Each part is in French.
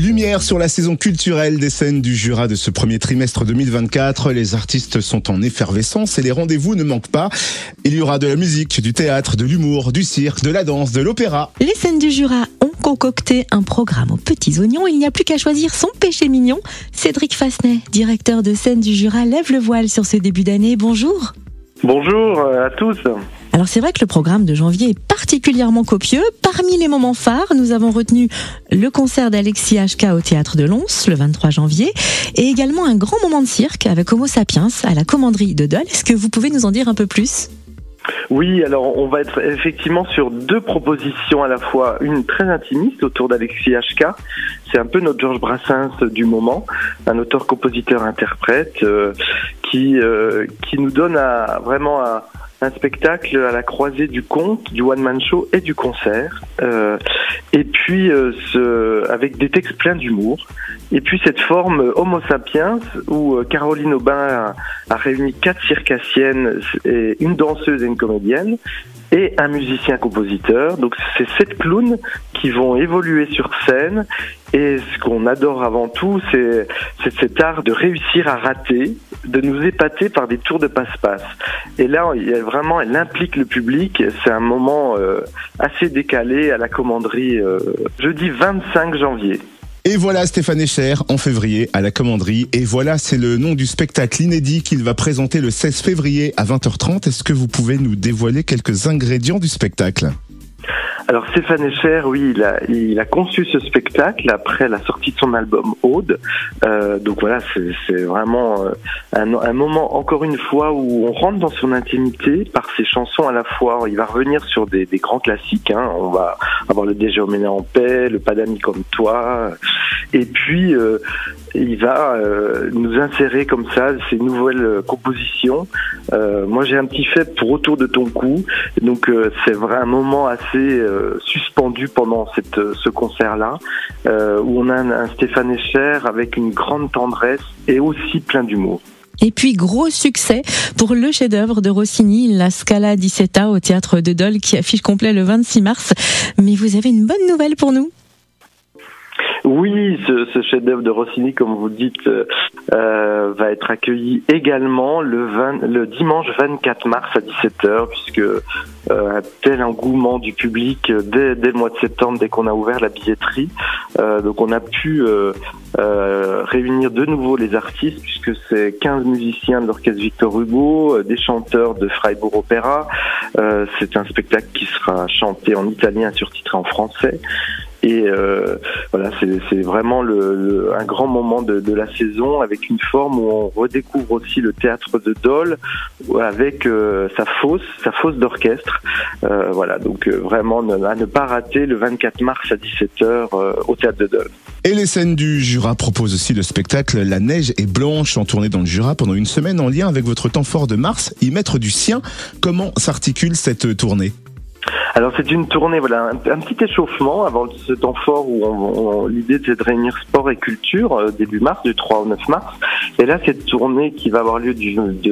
Lumière sur la saison culturelle des scènes du Jura de ce premier trimestre 2024. Les artistes sont en effervescence et les rendez-vous ne manquent pas. Il y aura de la musique, du théâtre, de l'humour, du cirque, de la danse, de l'opéra. Les scènes du Jura ont concocté un programme aux petits oignons. Il n'y a plus qu'à choisir son péché mignon. Cédric Fassenet, directeur de scènes du Jura, lève le voile sur ce début d'année. Bonjour. Bonjour à tous. Alors c'est vrai que le programme de janvier est particulièrement copieux. Parmi les moments phares, nous avons retenu le concert d'Alexis HK au Théâtre de Lons le 23 janvier et également un grand moment de cirque avec Homo Sapiens à la Commanderie de Dole. Est-ce que vous pouvez nous en dire un peu plus ? Oui, alors on va être effectivement sur deux propositions à la fois. Une très intimiste autour d'Alexis HK. C'est un peu notre Georges Brassens du moment, un auteur-compositeur-interprète qui nous donne vraiment un spectacle à la croisée du conte, du one-man show et du concert. Et puis avec des textes pleins d'humour. Et puis cette forme Homo Sapiens où Caroline Aubin a réuni 4 circassiennes, et une danseuse et une comédienne, et un musicien-compositeur. Donc c'est 7 clowns qui vont évoluer sur scène. Et ce qu'on adore avant tout, c'est cet art de réussir à rater, de nous épater par des tours de passe-passe. Et là, elle implique le public. C'est un moment assez décalé à la Commanderie, jeudi 25 janvier. Et voilà Stéphane Escher en février à la Commanderie. Et voilà, c'est le nom du spectacle inédit qu'il va présenter le 16 février à 20h30. Est-ce que vous pouvez nous dévoiler quelques ingrédients du spectacle ? Alors Stéphane Escher, oui, il a conçu ce spectacle après la sortie de son album Aude. Donc voilà, c'est vraiment un moment, encore une fois, où on rentre dans son intimité par ses chansons à la fois. Il va revenir sur des grands classiques. On va avoir le Déjà emmené en paix, le Pas d'amis comme toi. Et puis, il va nous insérer comme ça ces nouvelles compositions. Moi, j'ai un petit fait pour Autour de ton cou. Donc, c'est vraiment un moment assez suspendu pendant ce concert-là, où on a un Stéphane Escher avec une grande tendresse et aussi plein d'humour. Et puis, gros succès pour le chef-d'œuvre de Rossini, La Scala di Seta au Théâtre de Dole, qui affiche complet le 26 mars. Mais vous avez une bonne nouvelle pour nous ? Oui, ce chef-d'œuvre de Rossini, comme vous dites, va être accueilli également le dimanche 24 mars à 17h, puisque un tel engouement du public dès le mois de septembre, dès qu'on a ouvert la billetterie. Donc on a pu réunir de nouveau les artistes, puisque c'est 15 musiciens de l'orchestre Victor Hugo, des chanteurs de Freiburg Opéra. C'est un spectacle qui sera chanté en italien, surtitré en français. Et voilà, c'est vraiment un grand moment de la saison, avec une forme où on redécouvre aussi le théâtre de Dole avec sa fosse d'orchestre. Voilà, donc vraiment à ne pas rater le 24 mars à 17h au théâtre de Dole. Et les scènes du Jura proposent aussi le spectacle La Neige est blanche en tournée dans le Jura pendant une semaine en lien avec votre temps fort de mars, y mettre du sien. Comment s'articule cette tournée ? Alors c'est une tournée, voilà, un petit échauffement avant ce temps fort où l'idée c'est de réunir sport et culture début mars, du 3 au 9 mars. Et là cette tournée qui va avoir lieu du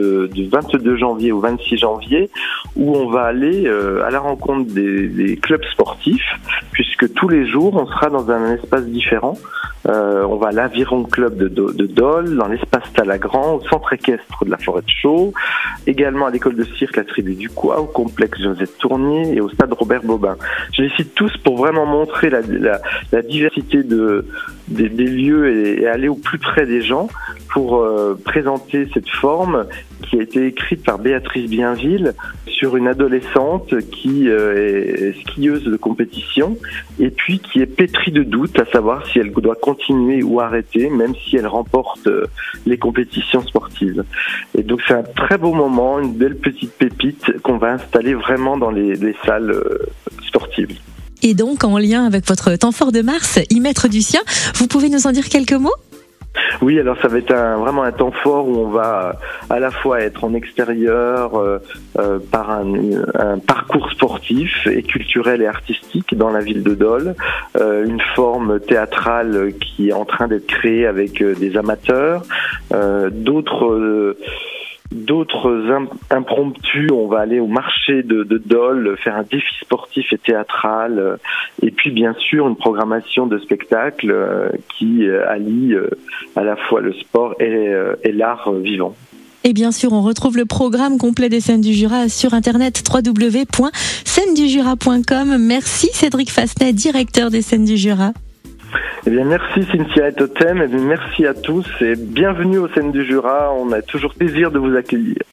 22 janvier au 26 janvier, où on va aller à la rencontre des clubs sportifs, puisque tous les jours on sera dans un espace différent. On va à l'Aviron Club de Dole, dans l'espace Talagrand, au centre équestre de la Forêt de Chaux, également à l'école de cirque La Tribu du Cois, au complexe Josette Tournier et au stade Robert Bobin. Je les cite tous pour vraiment montrer la diversité des lieux et aller au plus près des gens pour présenter cette forme qui a été écrite par Béatrice Bienville sur une adolescente qui est skieuse de compétition et puis qui est pétrie de doutes à savoir si elle doit continuer ou arrêter, même si elle remporte les compétitions sportives. Et donc c'est un très beau moment, une belle petite pépite qu'on va installer vraiment dans les salles sportives. Et donc, en lien avec votre temps fort de mars, y mettre du sien, vous pouvez nous en dire quelques mots ? Oui, alors ça va être vraiment un temps fort où on va à la fois être en extérieur par un parcours sportif et culturel et artistique dans la ville de Dole, une forme théâtrale qui est en train d'être créée avec des amateurs, d'autres d'autres impromptus. On va aller au marché de Dole, faire un défi sportif et théâtral, et puis bien sûr une programmation de spectacles qui allie à la fois le sport et l'art vivant. Et bien sûr, on retrouve le programme complet des Scènes du Jura sur internet www.scenesdujura.com. Merci Cédric Fassenet, directeur des Scènes du Jura. Eh bien, merci Cynthia et Totem, et merci à tous et bienvenue aux Scènes du Jura. On a toujours plaisir de vous accueillir.